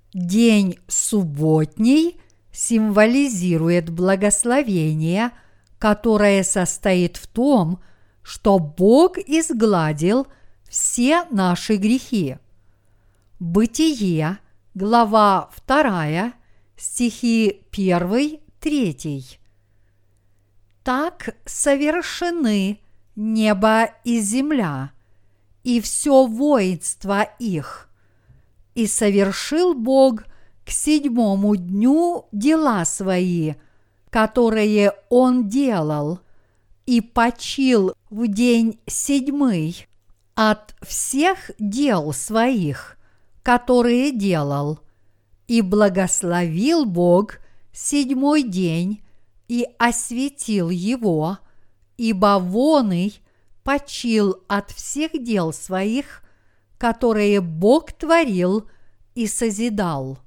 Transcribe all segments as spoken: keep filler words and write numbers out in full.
День субботний символизирует благословение, которое состоит в том, что Бог изгладил все наши грехи. Бытие, глава вторая, стихи первый, третий. Так совершены небо и земля, и все воинство их. И совершил Бог к седьмому дню дела свои, которые Он делал, и почил в день седьмый от всех дел своих, которые делал. И благословил Бог седьмой день и осветил его, ибо воный почил от всех дел своих, которые Бог творил и созидал.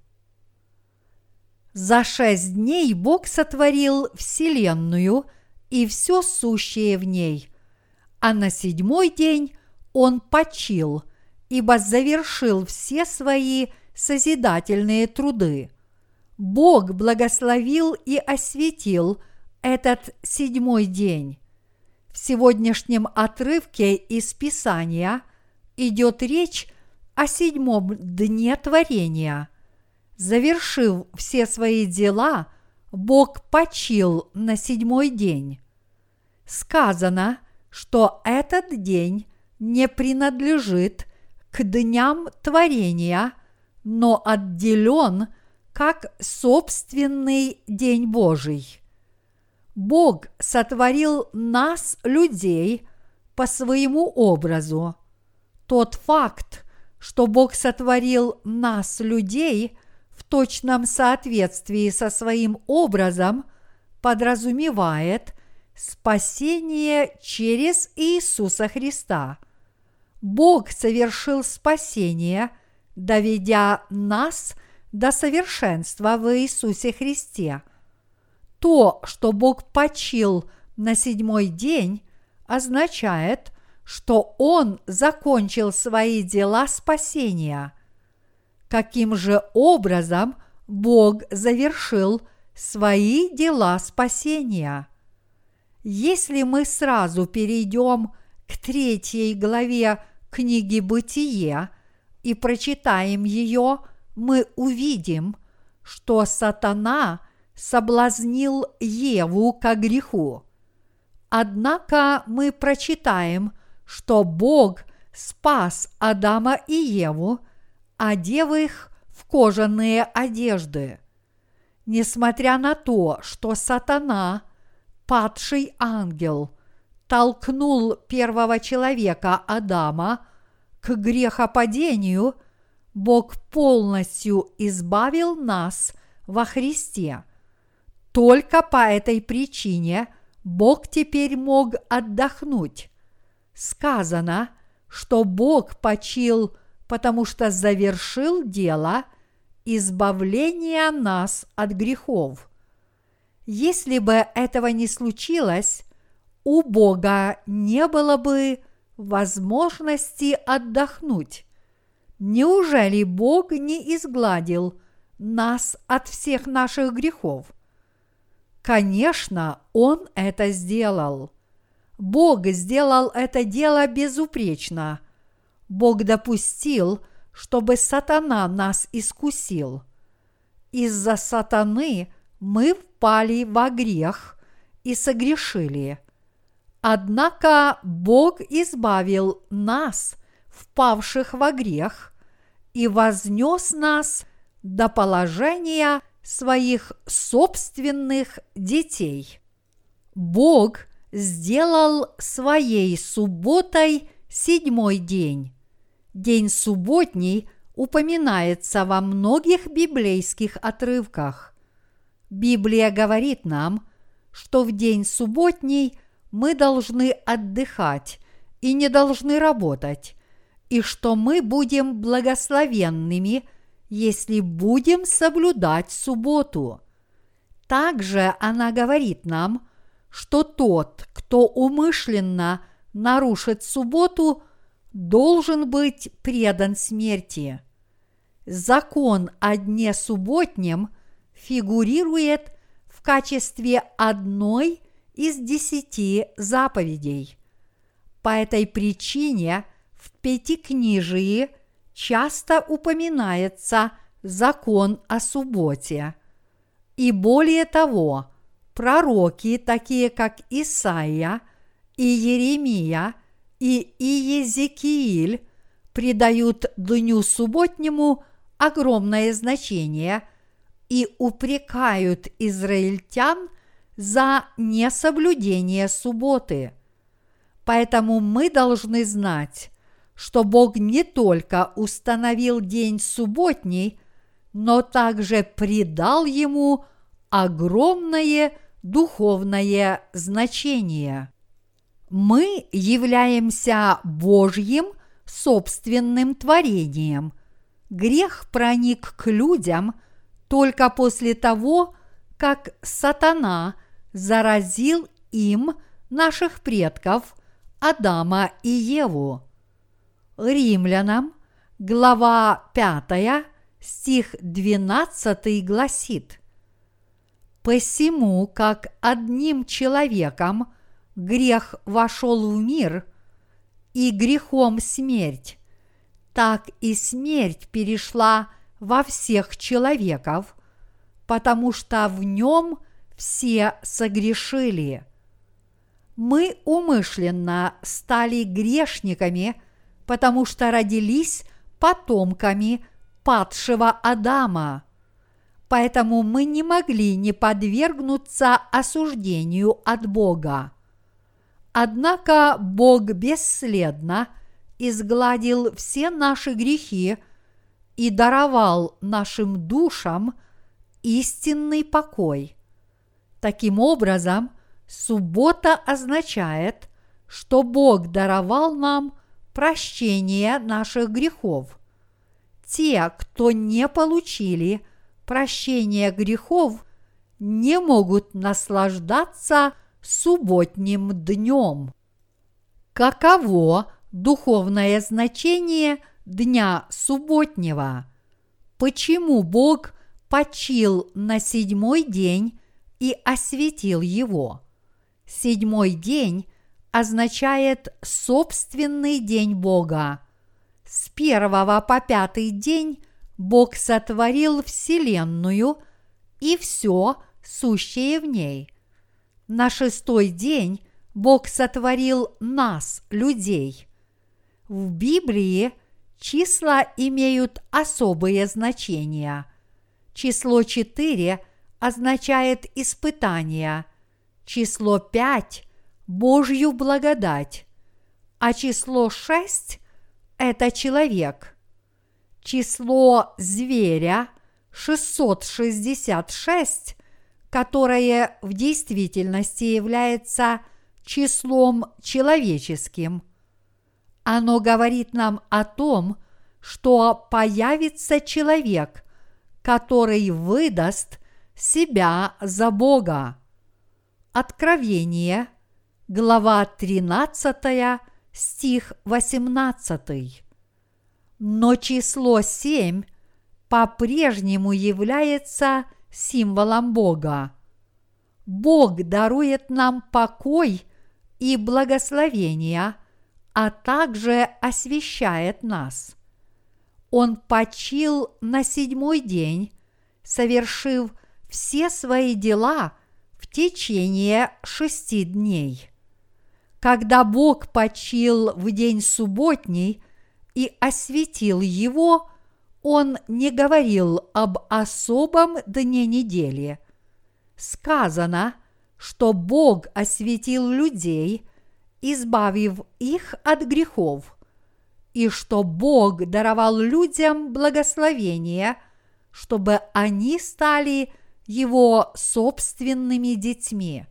За шесть дней Бог сотворил вселенную и все сущее в ней, а на седьмой день Он почил, ибо завершил все свои созидательные труды. Бог благословил и осветил этот седьмой день. В сегодняшнем отрывке из Писания идет речь о седьмом дне творения. Завершив все свои дела, Бог почил на седьмой день. Сказано, что этот день не принадлежит к дням творения, но отделен как собственный день Божий. Бог сотворил нас, людей, по своему образу. Тот факт, что Бог сотворил нас, людей, в точном соответствии со своим образом, подразумевает спасение через Иисуса Христа. Бог совершил спасение, доведя нас до совершенства в Иисусе Христе. То, что Бог почил на седьмой день, означает, что Он закончил свои дела спасения. Каким же образом Бог завершил свои дела спасения? Если мы сразу перейдем к третьей главе книги «Бытие» и прочитаем ее, мы увидим, что сатана соблазнил Еву ко греху. Однако мы прочитаем, что Бог спас Адама и Еву, одев их в кожаные одежды. Несмотря на то, что сатана, падший ангел, толкнул первого человека Адама к грехопадению, Бог полностью избавил нас во Христе. Только по этой причине Бог теперь мог отдохнуть. Сказано, что Бог почил, потому что завершил дело избавления нас от грехов. Если бы этого не случилось, у Бога не было бы возможности отдохнуть. Неужели Бог не изгладил нас от всех наших грехов? Конечно, Он это сделал. Бог сделал это дело безупречно. Бог допустил, чтобы сатана нас искусил. Из-за сатаны мы впали во грех и согрешили. Однако Бог избавил нас, впавших во грех, и вознес нас до положения своих собственных детей. Бог сделал своей субботой седьмой день. День субботний упоминается во многих библейских отрывках. Библия говорит нам, что в день субботний мы должны отдыхать и не должны работать, и что мы будем благословенными, если будем соблюдать субботу. Также она говорит нам, что тот, кто умышленно нарушит субботу, должен быть предан смерти. закон о дне субботнем фигурирует в качестве одной из десяти заповедей. По этой причине в Пятикнижии часто упоминается закон о субботе. И более того, пророки, такие как Исаия и Еремия и Иезекииль, придают дню субботнему огромное значение и упрекают израильтян за несоблюдение субботы. Поэтому мы должны знать, что Бог не только установил день субботний, но также придал ему огромное духовное значение. Мы являемся Божьим собственным творением. Грех проник к людям только после того, как сатана заразил им наших предков Адама и Еву. Римлянам, глава пятая, стих двенадцатый гласит: «Посему, как одним человеком грех вошел в мир, и грехом смерть, так и смерть перешла во всех человеков, потому что в нем все согрешили». Мы умышленно стали грешниками, потому что родились потомками падшего Адама. Поэтому мы не могли не подвергнуться осуждению от Бога. Однако Бог бесследно изгладил все наши грехи и даровал нашим душам истинный покой. Таким образом, суббота означает, что Бог даровал нам прощение наших грехов. Те, кто не получили прощение грехов, не могут наслаждаться субботним днем. Каково духовное значение дня субботнего? Почему Бог почил на седьмой день и осветил его? Седьмой день означает собственный день Бога. С первого по пятый день Бог сотворил вселенную и все сущее в ней. На шестой день Бог сотворил нас, людей. В Библии числа имеют особые значения. Число четыре означает испытание, число пять – Божью благодать, а число шесть – это человек. Число зверя шестьсот шестьдесят шесть, которое в действительности является числом человеческим. Оно говорит нам о том, что появится человек, который выдаст себя за Бога. Откровение, глава тринадцатая, стих восемнадцатый. Но число семь по-прежнему является символом Бога. Бог дарует нам покой и благословение, а также освящает нас. Он почил на седьмой день, совершив все свои дела в течение шести дней. Когда Бог почил в день субботний и осветил его, Он не говорил об особом дне недели. Сказано, что Бог осветил людей, избавив их от грехов, и что Бог даровал людям благословение, чтобы они стали Его собственными детьми.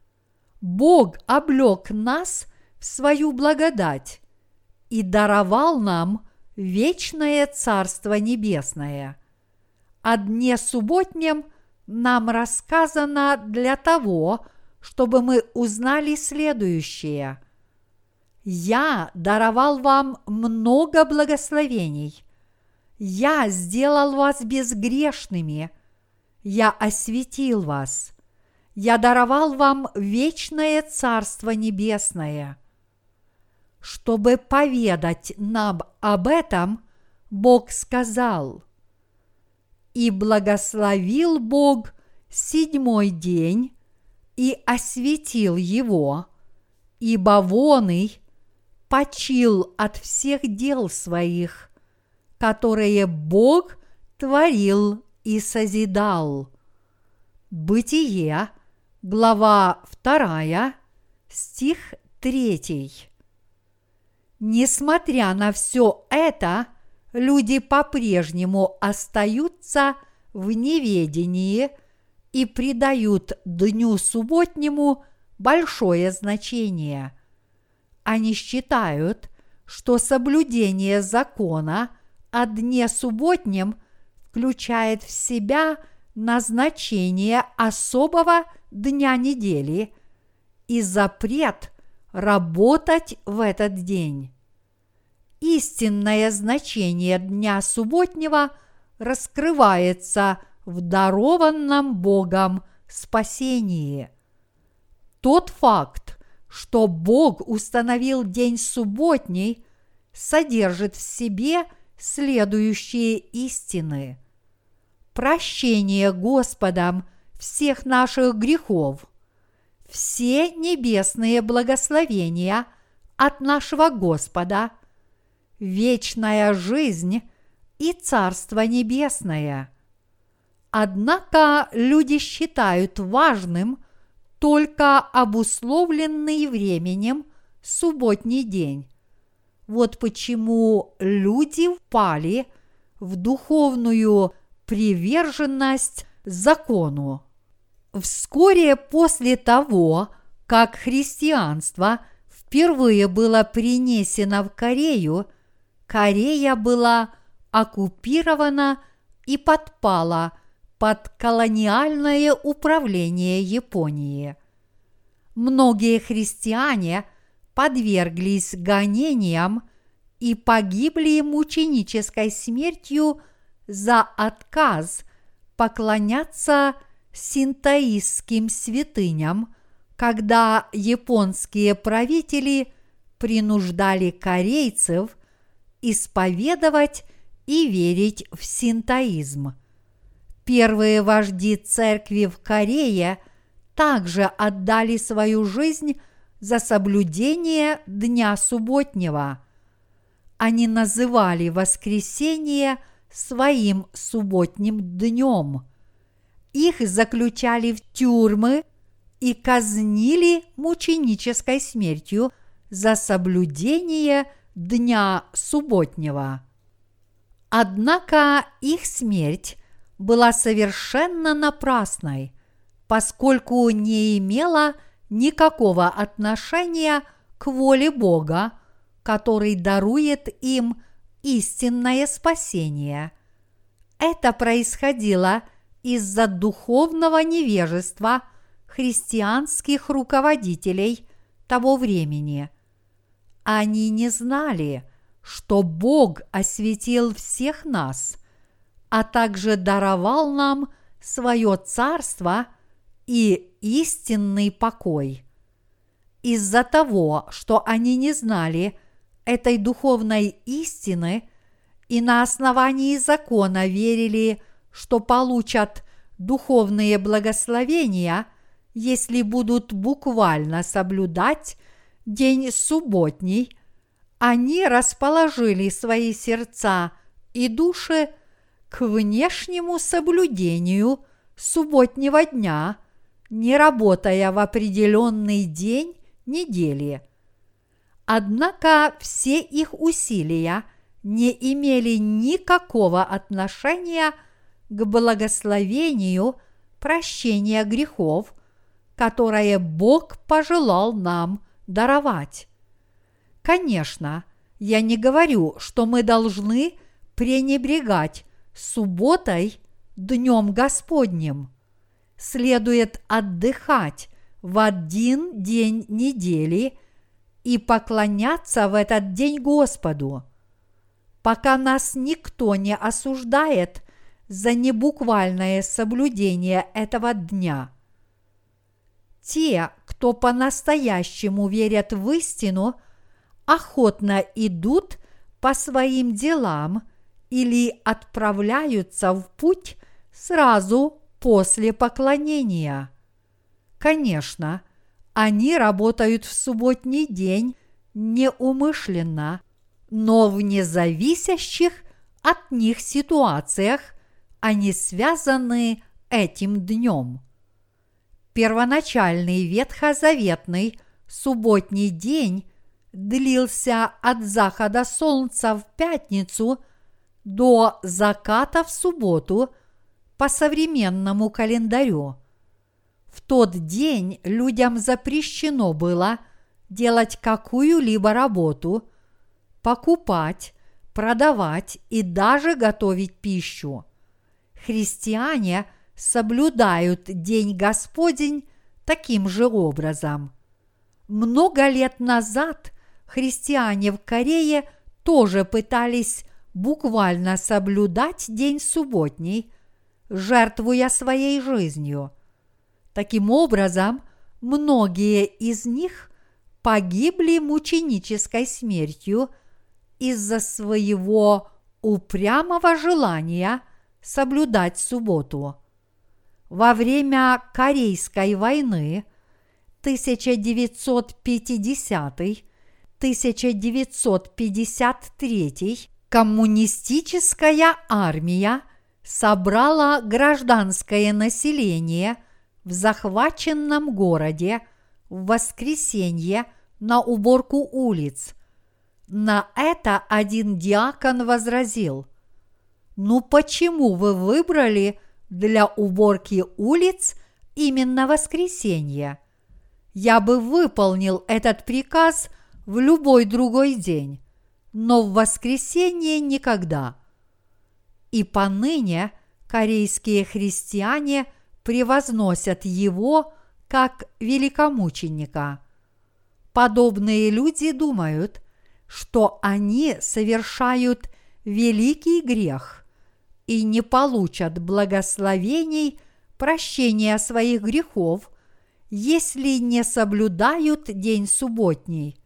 Бог облек нас в свою благодать и даровал нам вечное Царство Небесное. О дне субботнем нам рассказано для того, чтобы мы узнали следующее. «Я даровал вам много благословений. Я сделал вас безгрешными, я осветил вас, я даровал вам вечное Царство Небесное. Чтобы поведать нам об этом, Бог сказал: «И благословил Бог седьмой день и осветил его, ибо воный почил от всех дел своих, которые Бог творил и созидал». Бытие, глава вторая, стих третий. Несмотря на все это, люди по-прежнему остаются в неведении и придают дню субботнему большое значение. Они считают, что соблюдение закона о дне субботнем включает в себя назначение особого дня недели и запрет работать в этот день. Истинное значение дня субботнего раскрывается в дарованном Богом спасении. Тот факт, что Бог установил день субботний, содержит в себе следующие истины: прощение Господом всех наших грехов, все небесные благословения от нашего Господа, вечная жизнь и Царство Небесное. Однако люди считают важным только обусловленный временем субботний день. Вот почему люди впали в духовную приверженность закону. Вскоре после того, как христианство впервые было принесено в Корею, Корея была оккупирована и подпала под колониальное управление Японии. Многие христиане подверглись гонениям и погибли мученической смертью за отказ поклоняться синтоистским святыням, когда японские правители принуждали корейцев исповедовать и верить в синтоизм. Первые вожди церкви в Корее также отдали свою жизнь за соблюдение дня субботнего. Они называли воскресение своим субботним днем. Их заключали в тюрьмы и казнили мученической смертью за соблюдение дня субботнего. Однако их смерть была совершенно напрасной, поскольку не имела никакого отношения к воле Бога, который дарует им истинное спасение. Это происходило из-за духовного невежества христианских руководителей того времени. Они не знали, что Бог осветил всех нас, а также даровал нам свое царство и истинный покой. Из-за того, что они не знали этой духовной истины и на основании закона верили, что получат духовные благословения, если будут буквально соблюдать день субботний, они расположили свои сердца и души к внешнему соблюдению субботнего дня, не работая в определенный день недели. Однако все их усилия не имели никакого отношения к благословению прощения грехов, которое Бог пожелал нам даровать. Конечно, я не говорю, что мы должны пренебрегать субботой, днем Господним. Следует отдыхать в один день недели и поклоняться в этот день Господу. пока нас никто не осуждает за небуквальное соблюдение этого дня. Те, кто по-настоящему верят в истину, охотно идут по своим делам или отправляются в путь сразу после поклонения. Конечно, они работают в субботний день неумышленно, но в независящих от них ситуациях они связаны этим днем. Первоначальный ветхозаветный субботний день длился от захода солнца в пятницу до заката в субботу по современному календарю. В тот день людям запрещено было делать какую-либо работу, покупать, продавать и даже готовить пищу. Христиане соблюдают День Господень таким же образом. Много лет назад христиане в Корее тоже пытались буквально соблюдать день субботний, жертвуя своей жизнью. Таким образом, многие из них погибли мученической смертью из-за своего упрямого желания соблюдать субботу. Во время Корейской войны тысяча девятьсот пятидесятый — тысяча девятьсот пятьдесят третий коммунистическая армия собрала гражданское население в захваченном городе в воскресенье на уборку улиц. На это один диакон возразил: «Ну почему вы выбрали для уборки улиц именно воскресенье? Я бы выполнил этот приказ в любой другой день, но в воскресенье никогда». И поныне корейские христиане превозносят его как великомученика. Подобные люди думают, что они совершают великий грех и не получат благословений прощения своих грехов, если не соблюдают день субботний.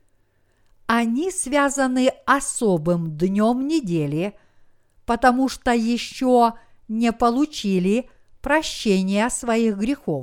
Они связаны особым днем недели, потому что еще не получили прощения своих грехов.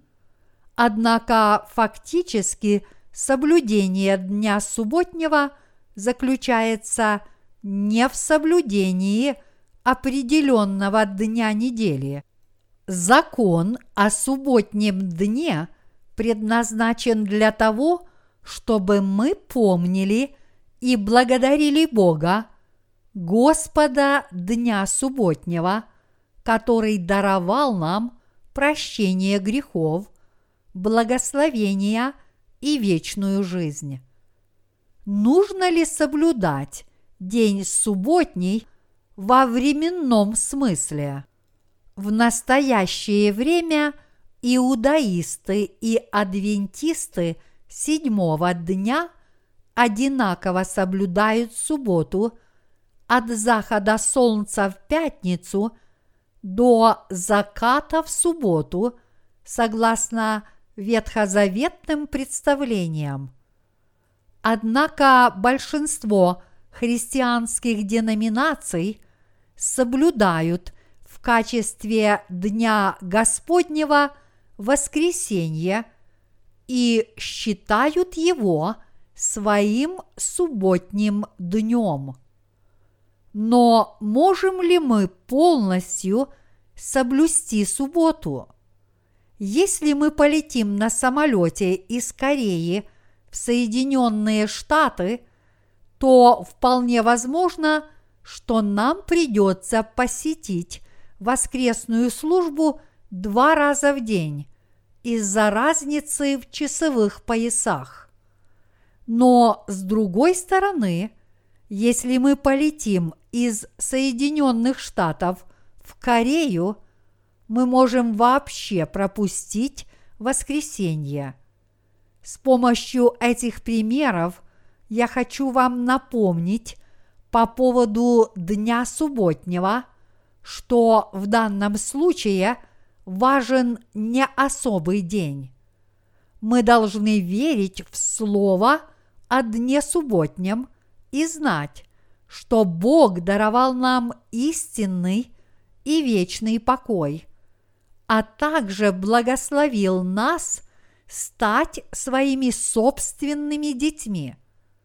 Однако фактически соблюдение дня субботнего заключается не в соблюдении определенного дня недели. Закон о субботнем дне предназначен для того, чтобы мы помнили и благодарили Бога, Господа дня субботнего, который даровал нам прощение грехов, благословения и вечную жизнь. Нужно ли соблюдать день субботний во временном смысле? В настоящее время иудаисты и адвентисты седьмого дня одинаково соблюдают субботу от захода солнца в пятницу до заката в субботу, согласно ветхозаветным представлениям. Однако большинство христианских деноминаций соблюдают в качестве Дня Господнего воскресенье и считают его своим субботним днем. Но можем ли мы полностью соблюсти субботу? Если мы полетим на самолете из Кореи в Соединенные Штаты, то вполне возможно, что нам придется посетить воскресную службу два раза в день из-за разницы в часовых поясах. Но с другой стороны, если мы полетим из Соединенных Штатов в Корею, мы можем вообще пропустить воскресенье. С помощью этих примеров я хочу вам напомнить по поводу дня субботнего, что в данном случае важен не особый день. Мы должны верить в Слово о дне субботнем и знать, что Бог даровал нам истинный и вечный покой, а также благословил нас стать своими собственными детьми.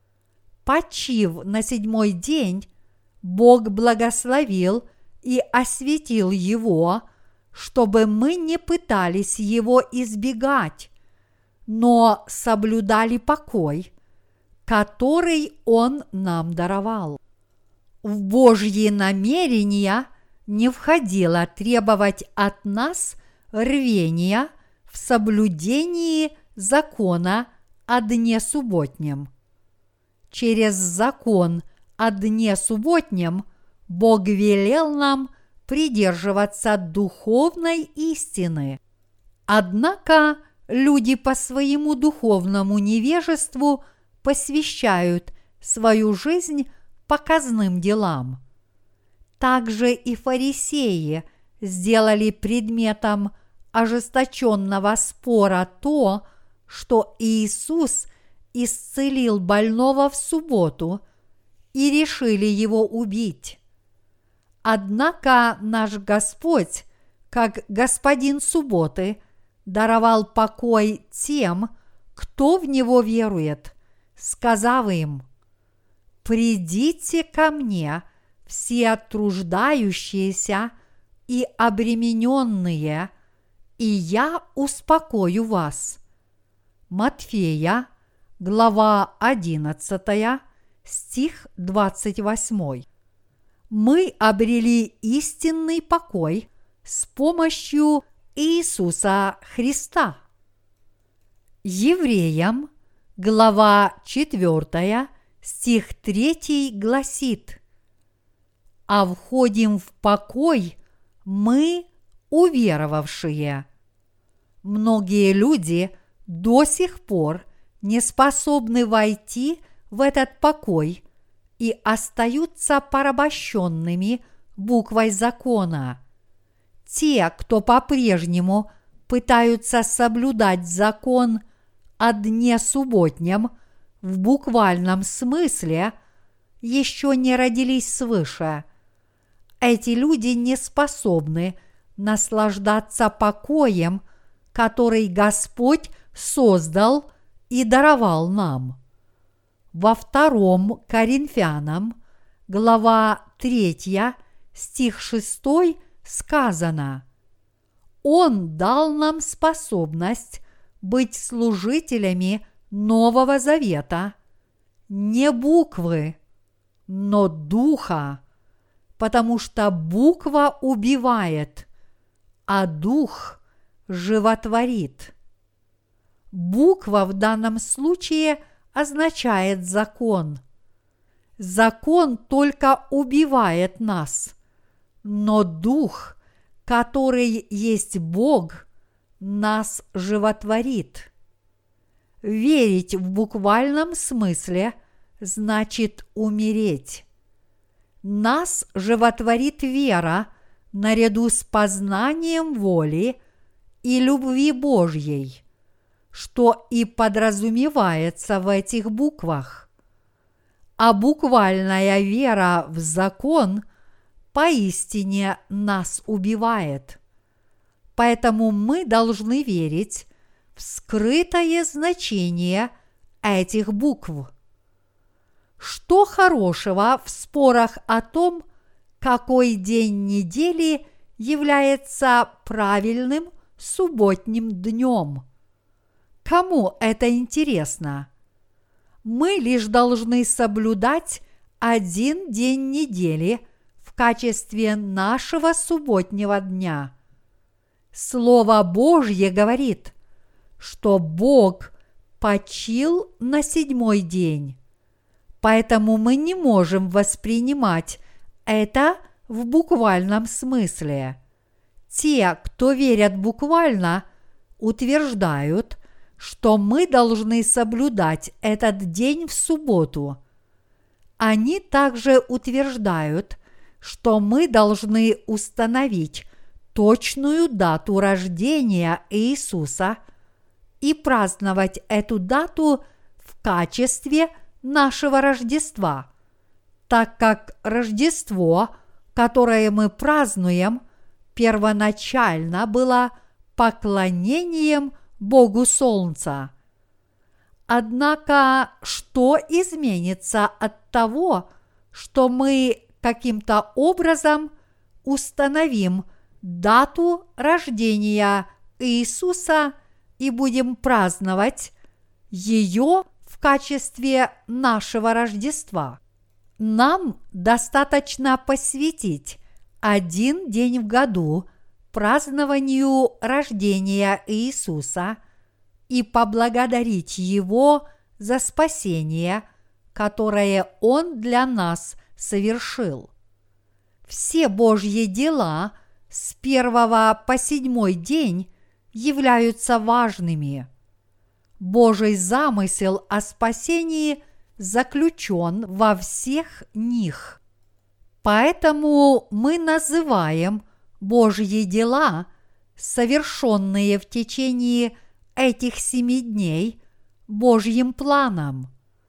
Почив на седьмой день, Бог благословил и осветил его, чтобы мы не пытались его избегать, но соблюдали покой, который Он нам даровал. В Божьи намерения не входило требовать от нас рвения в соблюдении закона о дне субботнем. Через закон о дне субботнем Бог велел нам придерживаться духовной истины. Однако люди по своему духовному невежеству посвящают свою жизнь показным делам. Также и фарисеи сделали предметом ожесточенного спора то, что Иисус исцелил больного в субботу, и решили его убить. Однако наш Господь, как Господин субботы, даровал покой тем, кто в Него верует, сказав им: «Придите ко мне, все труждающиеся и обремененные, и я успокою вас». Матфея, глава одиннадцатая, стих двадцать восемь. Мы обрели истинный покой с помощью Иисуса Христа. Евреям, глава четвертая, стих третий гласит: «А входим в покой мы, уверовавшие». Многие люди до сих пор не способны войти в этот покой и остаются порабощенными буквой закона. Те, кто по-прежнему пытаются соблюдать закон о дне субботнем в буквальном смысле, еще не родились свыше. Эти люди не способны наслаждаться покоем, который Господь создал и даровал нам. Во втором Коринфянам, глава третья, стих шестой сказано: «Он дал нам способность быть служителями Нового Завета, не буквы, но духа, потому что буква убивает, а дух животворит». Буква в данном случае означает закон. Закон только убивает нас, но дух, который есть Бог, нас животворит. Верить в буквальном смысле значит умереть. Нас животворит вера наряду с познанием воли и любви Божьей, что и подразумевается в этих буквах. А буквальная вера в закон поистине нас убивает. Поэтому мы должны верить в скрытое значение этих букв. Что хорошего в спорах о том, какой день недели является правильным субботним днем? Кому это интересно? Мы лишь должны соблюдать один день недели в качестве нашего субботнего дня. Слово Божье говорит, что Бог почил на седьмой день, поэтому мы не можем воспринимать это в буквальном смысле. Те, кто верят буквально, утверждают, что мы должны соблюдать этот день в субботу. Они также утверждают, что мы должны установить точную дату рождения Иисуса и праздновать эту дату в качестве нашего Рождества, так как Рождество, которое мы празднуем, первоначально было поклонением Богу Солнца. Однако, что изменится от того, что мы каким-то образом установим дату рождения Иисуса и будем праздновать ее в качестве нашего Рождества? Нам достаточно посвятить один день в году празднованию рождения Иисуса и поблагодарить Его за спасение, которое Он для нас совершил. Все Божьи дела с первого по седьмой день являются важными. Божий замысел о спасении заключен во всех них. Поэтому мы называем Божьи дела, совершенные в течение этих семи дней, Божьим планом.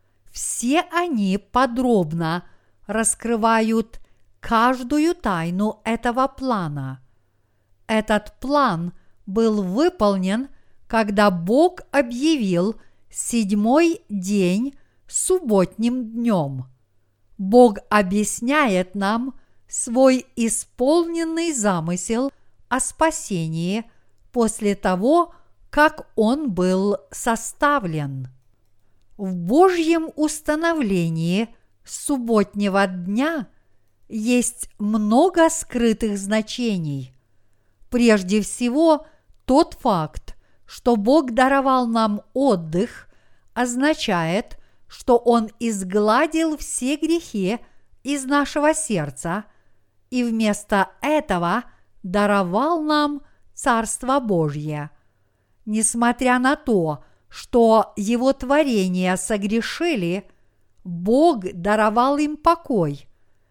Все они подробно раскрывают каждую тайну этого плана. Этот план был выполнен, когда Бог объявил седьмой день субботним днем. Бог объясняет нам свой исполненный замысел о спасении после того, как он был составлен. В Божьем установлении субботнего дня есть много скрытых значений. Прежде всего, тот факт, что Бог даровал нам отдых, означает, что Он изгладил все грехи из нашего сердца и вместо этого даровал нам Царство Божье. Несмотря на то, что Его творения согрешили, Бог даровал им покой,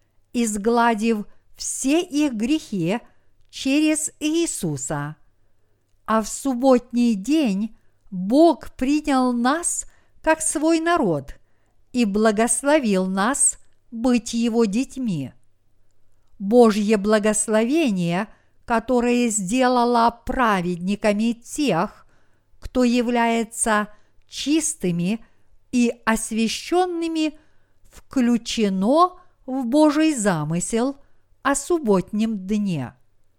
изгладив все их грехи через Иисуса. А в субботний день Бог принял нас как свой народ и благословил нас быть Его детьми. Божье благословение, которое сделало праведниками тех, кто является чистыми и освященными, включено в Божий замысел о субботнем дне.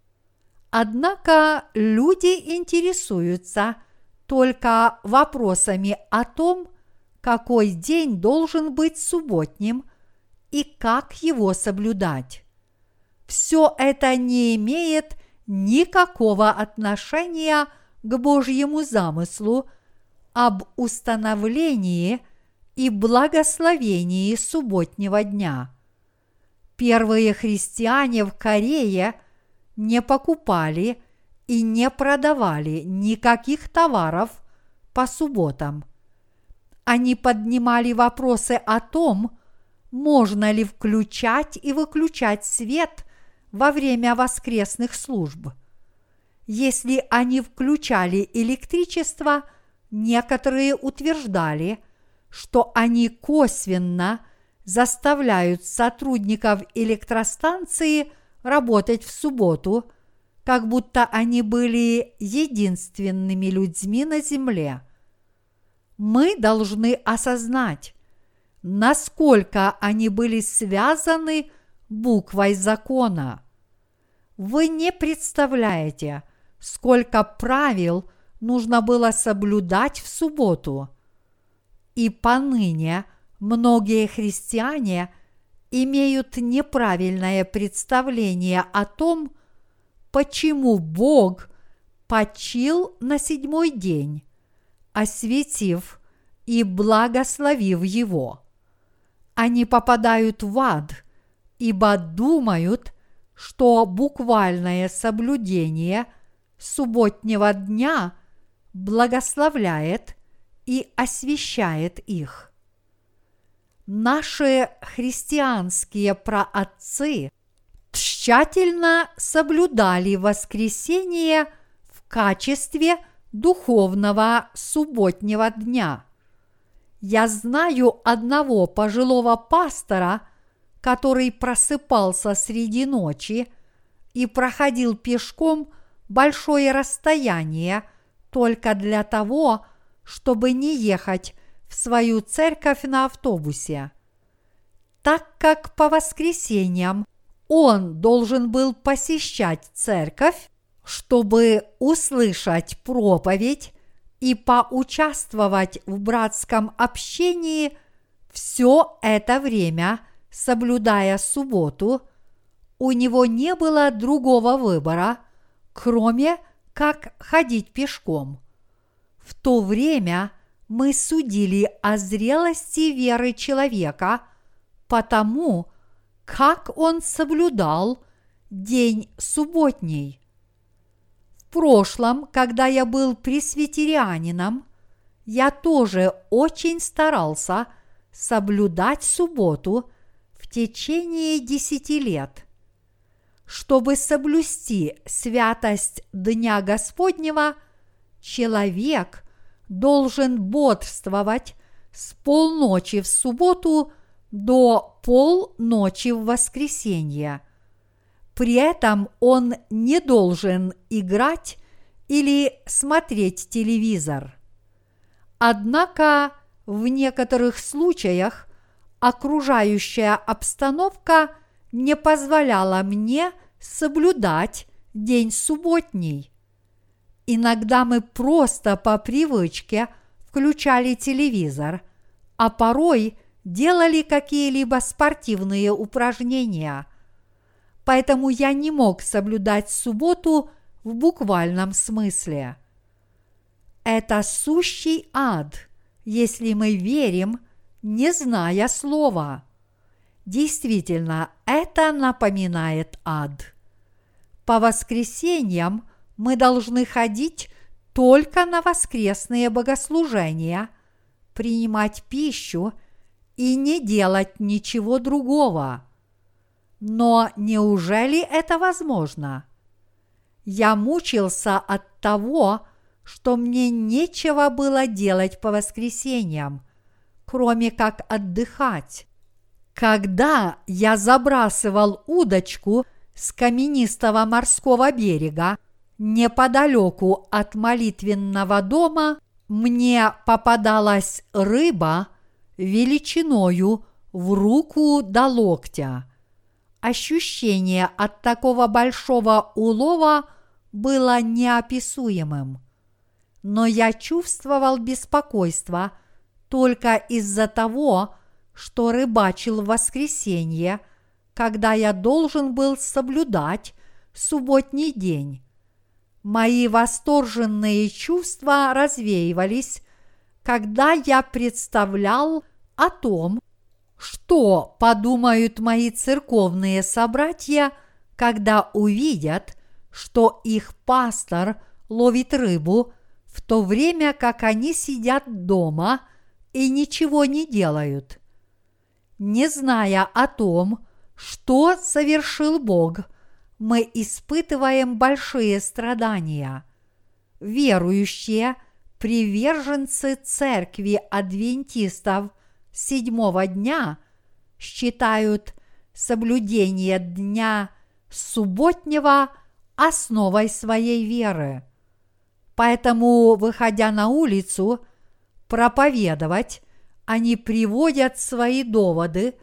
Однако люди интересуются только вопросами о том, какой день должен быть субботним и как его соблюдать. Все это не имеет никакого отношения к Божьему замыслу об установлении и благословении субботнего дня. Первые христиане в Корее не покупали и не продавали никаких товаров по субботам. Они поднимали вопросы о том, можно ли включать и выключать свет во время воскресных служб. Если они включали электричество, некоторые утверждали, что они косвенно заставляют сотрудников электростанции работать в субботу, как будто они были единственными людьми на земле. Мы должны осознать, насколько они были связаны буквой закона. Вы не представляете, сколько правил нужно было соблюдать в субботу. И поныне многие христиане имеют неправильное представление о том, почему Бог почил на седьмой день, осветив и благословив его. Они попадают в ад, ибо думают, что буквальное соблюдение субботнего дня благословляет и освящает их. Наши христианские праотцы тщательно соблюдали воскресение в качестве духовного субботнего дня. Я знаю одного пожилого пастора, который просыпался среди ночи и проходил пешком большое расстояние только для того, чтобы не ехать в свою церковь на автобусе. Так как по воскресеньям он должен был посещать церковь, чтобы услышать проповедь и поучаствовать в братском общении, все это время, соблюдая субботу, у него не было другого выбора, кроме как ходить пешком. В то время мы судили о зрелости веры человека по тому, как он соблюдал день субботний. В прошлом, когда я был пресвитерианином, я тоже очень старался соблюдать субботу в течение десяти лет. Чтобы соблюсти святость Дня Господнего, человек должен бодрствовать с полночи в субботу до полночи в воскресенье. При этом он не должен играть или смотреть телевизор. Однако в некоторых случаях окружающая обстановка не позволяла мне соблюдать день субботний. Иногда мы просто по привычке включали телевизор, а порой делали какие-либо спортивные упражнения. Поэтому я не мог соблюдать субботу в буквальном смысле. Это сущий ад, если мы верим, не зная слова. Действительно, это напоминает ад. По воскресеньям мы должны ходить только на воскресные богослужения, принимать пищу и не делать ничего другого. Но неужели это возможно? Я мучился от того, что мне нечего было делать по воскресеньям, кроме как отдыхать. Когда я забрасывал удочку с каменистого морского берега неподалеку от молитвенного дома, мне попадалась рыба величиною в руку до локтя. Ощущение от такого большого улова было неописуемым. Но я чувствовал беспокойство только из-за того, что рыбачил в воскресенье, когда я должен был соблюдать субботний день. Мои восторженные чувства развеивались, когда я представлял о том, что подумают мои церковные собратья, когда увидят, что их пастор ловит рыбу, в то время как они сидят дома и ничего не делают. Не зная о том, что совершил Бог, мы испытываем большие страдания. Верующие, приверженцы церкви адвентистов седьмого дня считают соблюдение дня субботнего основой своей веры. Поэтому, выходя на улицу проповедовать, они приводят свои доводы,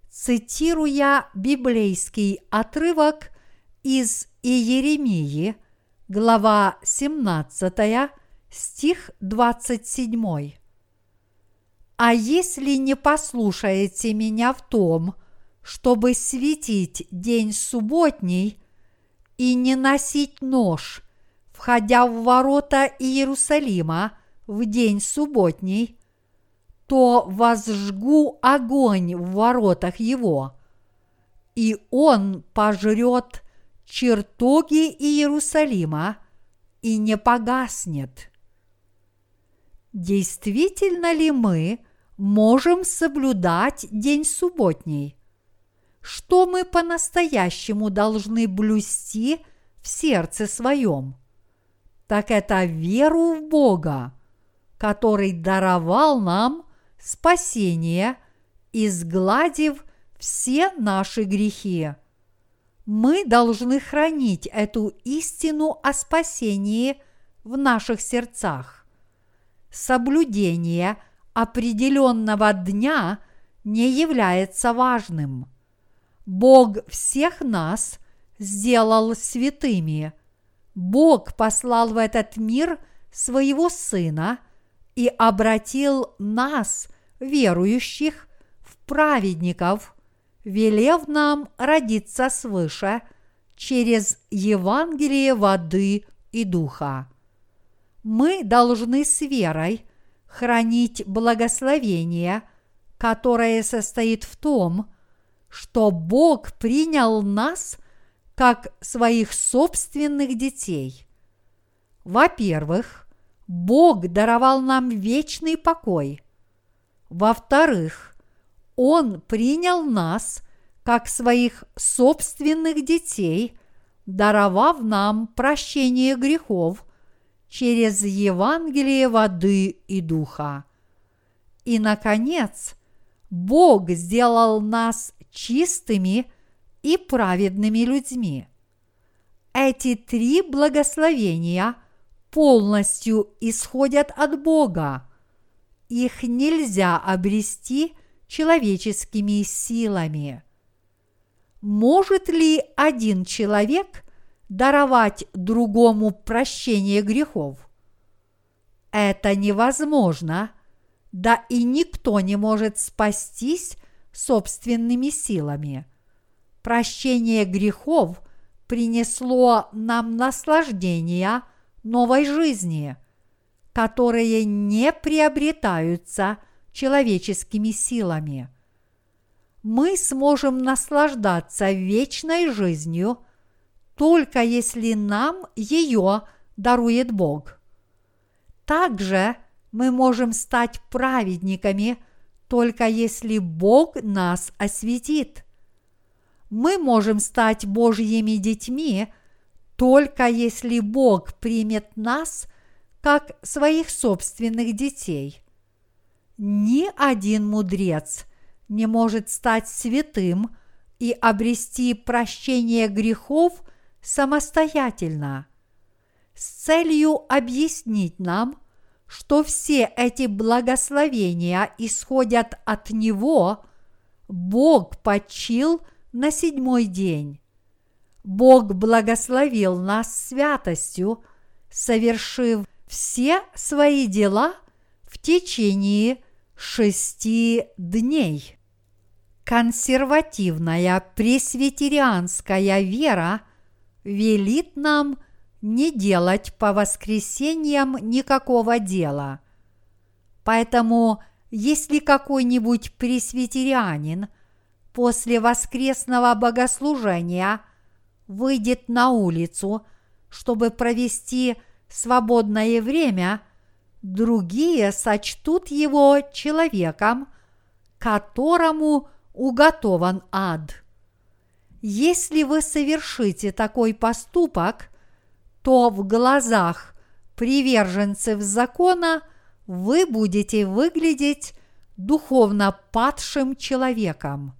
цитируя библейский отрывок из Иеремии, глава семнадцатая, стих двадцать семь. «А если не послушаете меня в том, чтобы светить день субботний и не носить нож, входя в ворота Иерусалима в день субботний, то возжгу огонь в воротах его, и он пожрет чертоги Иерусалима и не погаснет». Действительно ли мы можем соблюдать день субботний? Что мы по-настоящему должны блюсти в сердце своем? Так это веру в Бога, который даровал нам спасение, изгладив все наши грехи. Мы должны хранить эту истину о спасении в наших сердцах. Соблюдение определенного дня не является важным. Бог всех нас сделал святыми. Бог послал в этот мир своего Сына и обратил нас, верующих, в праведников, велев нам родиться свыше через Евангелие воды и духа. Мы должны с верой хранить благословение, которое состоит в том, что Бог принял нас как своих собственных детей. Во-первых, Бог даровал нам вечный покой. Во-вторых, Он принял нас как своих собственных детей, даровав нам прощение грехов через Евангелие воды и духа. И, наконец, Бог сделал нас чистыми и праведными людьми. Эти три благословения полностью исходят от Бога. Их нельзя обрести человеческими силами. Может ли один человек даровать другому прощение грехов? Это невозможно, да и никто не может спастись собственными силами. Прощение грехов принесло нам наслаждение новой жизни, которые не приобретаются человеческими силами. Мы сможем наслаждаться вечной жизнью только если нам ее дарует Бог. Также мы можем стать праведниками только если Бог нас осветит. Мы можем стать Божьими детьми только если Бог примет нас как своих собственных детей. Ни один мудрец не может стать святым и обрести прощение грехов самостоятельно. С целью объяснить нам, что все эти благословения исходят от Него, Бог почил на седьмой день. Бог благословил нас святостью, совершив все свои дела в течение шести дней. Консервативная пресвитерианская вера велит нам не делать по воскресеньям никакого дела. Поэтому, если какой-нибудь пресвитерианин после воскресного богослужения выйдет на улицу, чтобы провести свободное время, другие сочтут его человеком, которому уготован ад. Если вы совершите такой поступок, то в глазах приверженцев закона вы будете выглядеть духовно падшим человеком.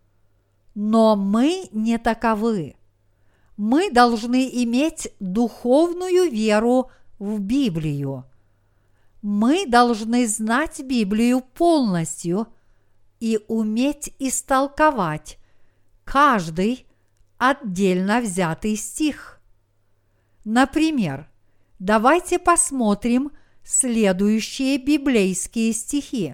Но мы не таковы. Мы должны иметь духовную веру в Библию. Мы должны знать Библию полностью и уметь истолковать каждый отдельно взятый стих. Например, давайте посмотрим следующие библейские стихи.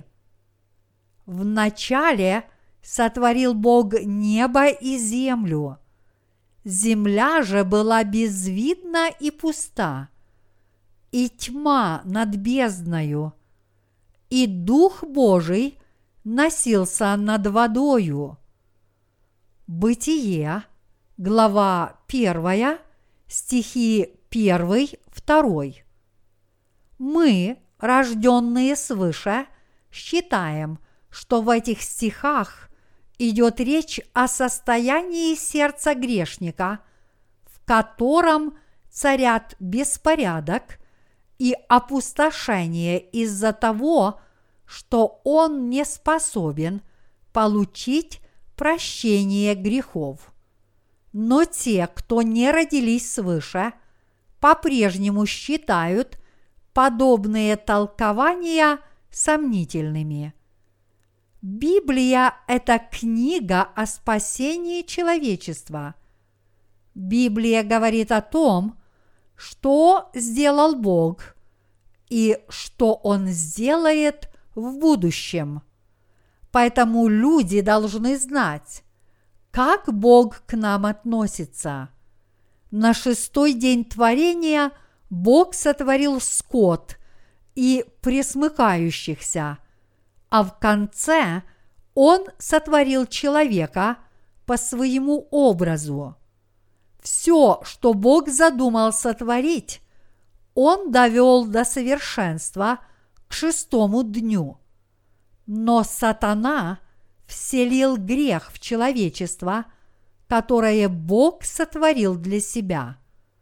«Вначале сотворил Бог небо и землю. Земля же была безвидна и пуста, и тьма над бездною, и Дух Божий носился над водою». Бытие, глава первая, стихи первый, второй. Мы, рожденные свыше, считаем, что в этих стихах идет речь о состоянии сердца грешника, в котором царят беспорядок и опустошение из-за того, что он не способен получить прощение грехов. Но те, кто не родились свыше, по-прежнему считают подобные толкования сомнительными. Библия – это книга о спасении человечества. Библия говорит о том, что сделал Бог и что Он сделает в будущем. Поэтому люди должны знать, как Бог к нам относится. На шестой день творения Бог сотворил скот и пресмыкающихся, а в конце Он сотворил человека по своему образу. Все, что Бог задумал сотворить, Он довел до совершенства к шестому дню. Но сатана вселил грех в человечество, которое Бог сотворил для себя.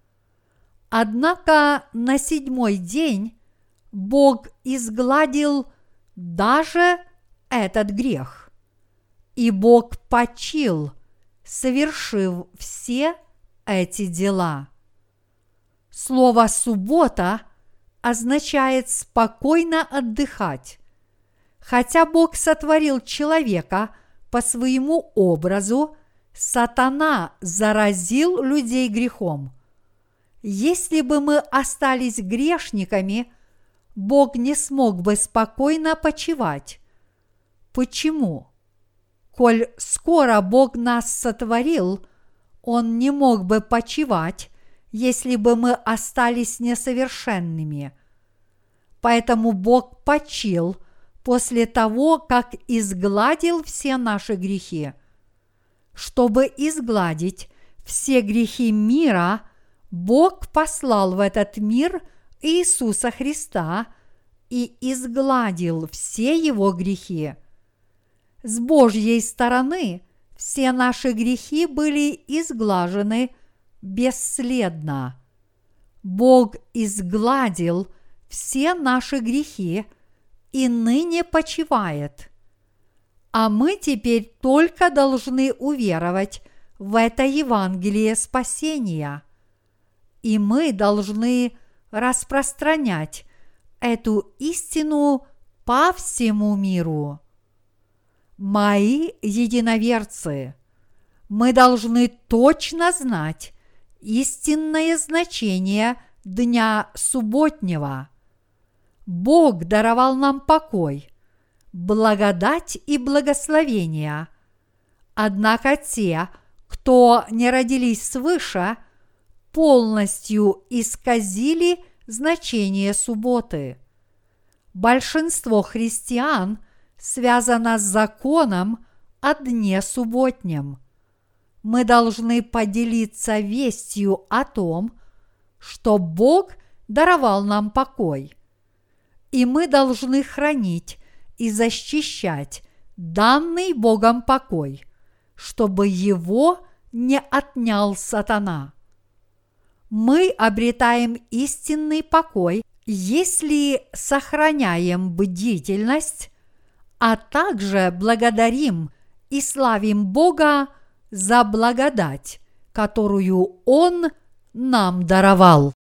Однако на седьмой день Бог изгладил даже этот грех, и Бог почил, совершив все эти дела. Слово «суббота» означает спокойно отдыхать. Хотя Бог сотворил человека по своему образу, сатана заразил людей грехом. Если бы мы остались грешниками, Бог не смог бы спокойно почивать. Почему? Коль скоро Бог нас сотворил, Он не мог бы почивать, если бы мы остались несовершенными. Поэтому Бог почил после того, как изгладил все наши грехи. Чтобы изгладить все грехи мира, Бог послал в этот мир Иисуса Христа и изгладил все его грехи. С Божьей стороны все наши грехи были изглажены бесследно. Бог изгладил все наши грехи и ныне почивает. А мы теперь только должны уверовать в это Евангелие спасения. И мы должны распространять эту истину по всему миру. Мои единоверцы, мы должны точно знать истинное значение дня субботнего. Бог даровал нам покой, благодать и благословение. Однако те, кто не родились свыше, полностью исказили значение субботы. Большинство христиан связано с законом о дне субботнем. Мы должны поделиться вестью о том, что Бог даровал нам покой, и мы должны хранить и защищать данный Богом покой, чтобы его не отнял сатана. Мы обретаем истинный покой, если сохраняем бдительность, а также благодарим и славим Бога за благодать, которую Он нам даровал.